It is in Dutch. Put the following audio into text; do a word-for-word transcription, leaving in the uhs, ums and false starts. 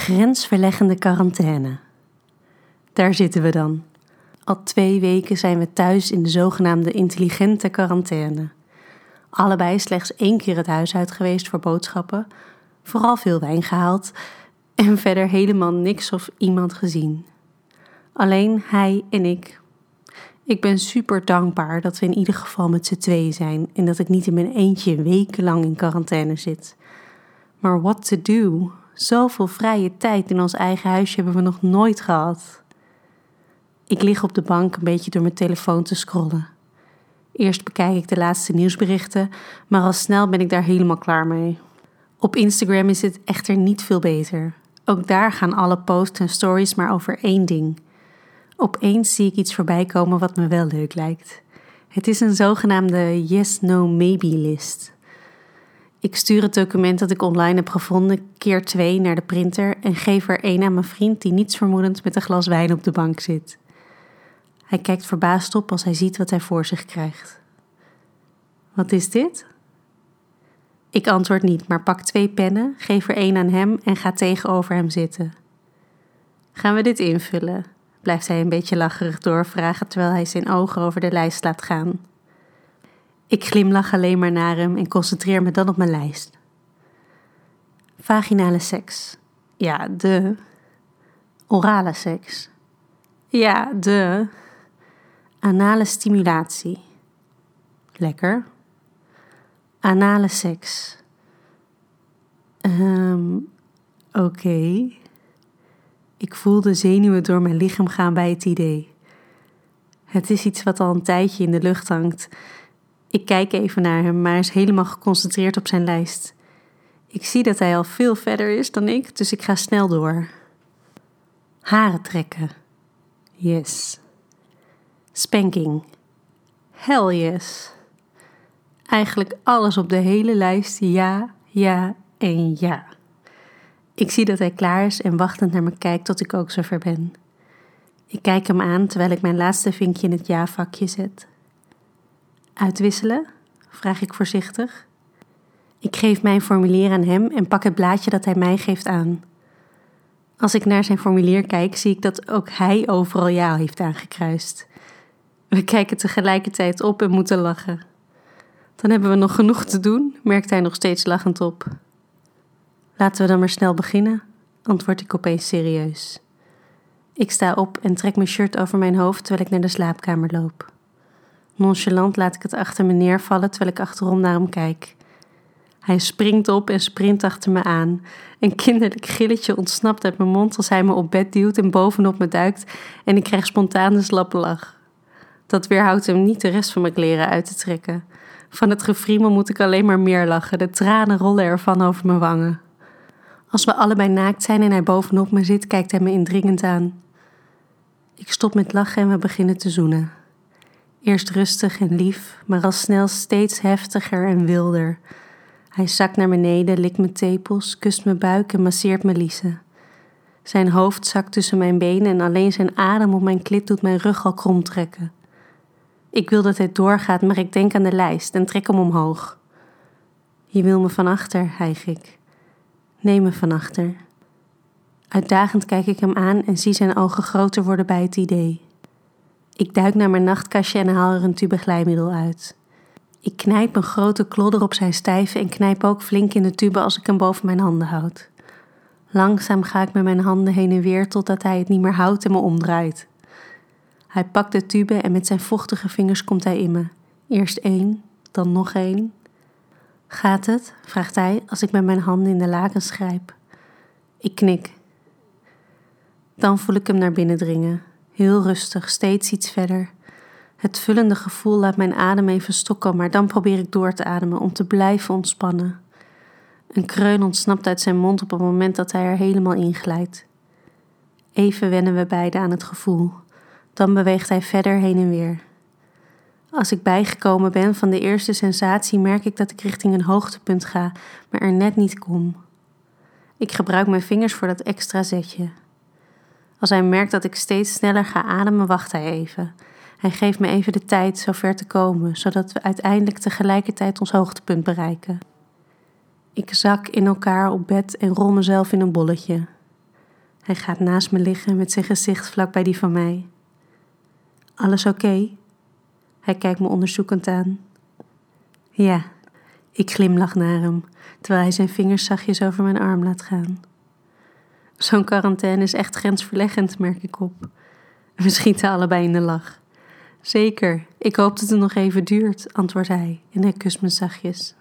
grensverleggende quarantaine. Daar zitten we dan. Al twee weken zijn we thuis in de zogenaamde intelligente quarantaine. Allebei slechts één keer het huis uit geweest voor boodschappen, vooral veel wijn gehaald en verder helemaal niks of iemand gezien. Alleen hij en ik. Ik ben super dankbaar dat we in ieder geval met z'n tweeën zijn en dat ik niet in mijn eentje wekenlang in quarantaine zit. Maar what to do? Zoveel vrije tijd in ons eigen huisje hebben we nog nooit gehad. Ik lig op de bank een beetje door mijn telefoon te scrollen. Eerst bekijk ik de laatste nieuwsberichten, maar al snel ben ik daar helemaal klaar mee. Op Instagram is het echter niet veel beter. Ook daar gaan alle posts en stories maar over één ding. Opeens zie ik iets voorbij komen wat me wel leuk lijkt. Het is een zogenaamde yes-no-maybe-list. Ik stuur het document dat ik online heb gevonden keer twee naar de printer en geef er één aan mijn vriend die nietsvermoedend met een glas wijn op de bank zit. Hij kijkt verbaasd op als hij ziet wat hij voor zich krijgt. Wat is dit? Ik antwoord niet, maar pak twee pennen, geef er één aan hem en ga tegenover hem zitten. Gaan we dit invullen? Blijft hij een beetje lacherig doorvragen terwijl hij zijn ogen over de lijst laat gaan. Ik glimlach alleen maar naar hem en concentreer me dan op mijn lijst. Vaginale seks. Ja, de. Orale seks. Ja, de. Anale stimulatie. Lekker. Anale seks. Um, Oké. Okay. Ik voel de zenuwen door mijn lichaam gaan bij het idee. Het is iets wat al een tijdje in de lucht hangt. Ik kijk even naar hem, maar hij is helemaal geconcentreerd op zijn lijst. Ik zie dat hij al veel verder is dan ik, dus ik ga snel door. Haren trekken. Yes. Spanking. Hell yes. Eigenlijk alles op de hele lijst ja, ja en ja. Ik zie dat hij klaar is en wachtend naar me kijkt tot ik ook zover ben. Ik kijk hem aan terwijl ik mijn laatste vinkje in het ja-vakje zet. Uitwisselen? Vraag ik voorzichtig. Ik geef mijn formulier aan hem en pak het blaadje dat hij mij geeft aan. Als ik naar zijn formulier kijk, zie ik dat ook hij overal ja heeft aangekruist. We kijken tegelijkertijd op en moeten lachen. Dan hebben we nog genoeg te doen, merkt hij nog steeds lachend op. Laten we dan maar snel beginnen, antwoord ik opeens serieus. Ik sta op en trek mijn shirt over mijn hoofd terwijl ik naar de slaapkamer loop. Nonchalant laat ik het achter me neervallen terwijl ik achterom naar hem kijk. Hij springt op en sprint achter me aan. Een kinderlijk gilletje ontsnapt uit mijn mond als hij me op bed duwt en bovenop me duikt en ik krijg spontaan een slappe lach. Dat weerhoudt hem niet de rest van mijn kleren uit te trekken. Van het gefriemel moet ik alleen maar meer lachen, de tranen rollen ervan over mijn wangen. Als we allebei naakt zijn en hij bovenop me zit, kijkt hij me indringend aan. Ik stop met lachen en we beginnen te zoenen. Eerst rustig en lief, maar al snel steeds heftiger en wilder. Hij zakt naar beneden, likt mijn tepels, kust mijn buik en masseert mijn liezen. Zijn hoofd zakt tussen mijn benen en alleen zijn adem op mijn klit doet mijn rug al krom trekken. Ik wil dat hij doorgaat, maar ik denk aan de lijst en trek hem omhoog. Je wil me van achter, hijg ik. Neem me van achter. Uitdagend kijk ik hem aan en zie zijn ogen groter worden bij het idee. Ik duik naar mijn nachtkastje en haal er een tube glijmiddel uit. Ik knijp een grote klodder op zijn stijve en knijp ook flink in de tube als ik hem boven mijn handen houd. Langzaam ga ik met mijn handen heen en weer totdat hij het niet meer houdt en me omdraait. Hij pakt de tube en met zijn vochtige vingers komt hij in me. Eerst één, dan nog één. Gaat het? Vraagt hij als ik met mijn handen in de lakens grijp. Ik knik. Dan voel ik hem naar binnen dringen. Heel rustig, steeds iets verder. Het vullende gevoel laat mijn adem even stokken, maar dan probeer ik door te ademen om te blijven ontspannen. Een kreun ontsnapt uit zijn mond op het moment dat hij er helemaal inglijdt. Even wennen we beiden aan het gevoel. Dan beweegt hij verder heen en weer. Als ik bijgekomen ben van de eerste sensatie, merk ik dat ik richting een hoogtepunt ga, maar er net niet kom. Ik gebruik mijn vingers voor dat extra zetje. Als hij merkt dat ik steeds sneller ga ademen, wacht hij even. Hij geeft me even de tijd zover te komen, zodat we uiteindelijk tegelijkertijd ons hoogtepunt bereiken. Ik zak in elkaar op bed en rol mezelf in een bolletje. Hij gaat naast me liggen met zijn gezicht vlak bij die van mij. Alles oké? Okay? Hij kijkt me onderzoekend aan. Ja, ik glimlach naar hem, terwijl hij zijn vingers zachtjes over mijn arm laat gaan. Zo'n quarantaine is echt grensverleggend, merk ik op. We schieten allebei in de lach. Zeker, ik hoop dat het nog even duurt, antwoordt hij en hij kust me zachtjes.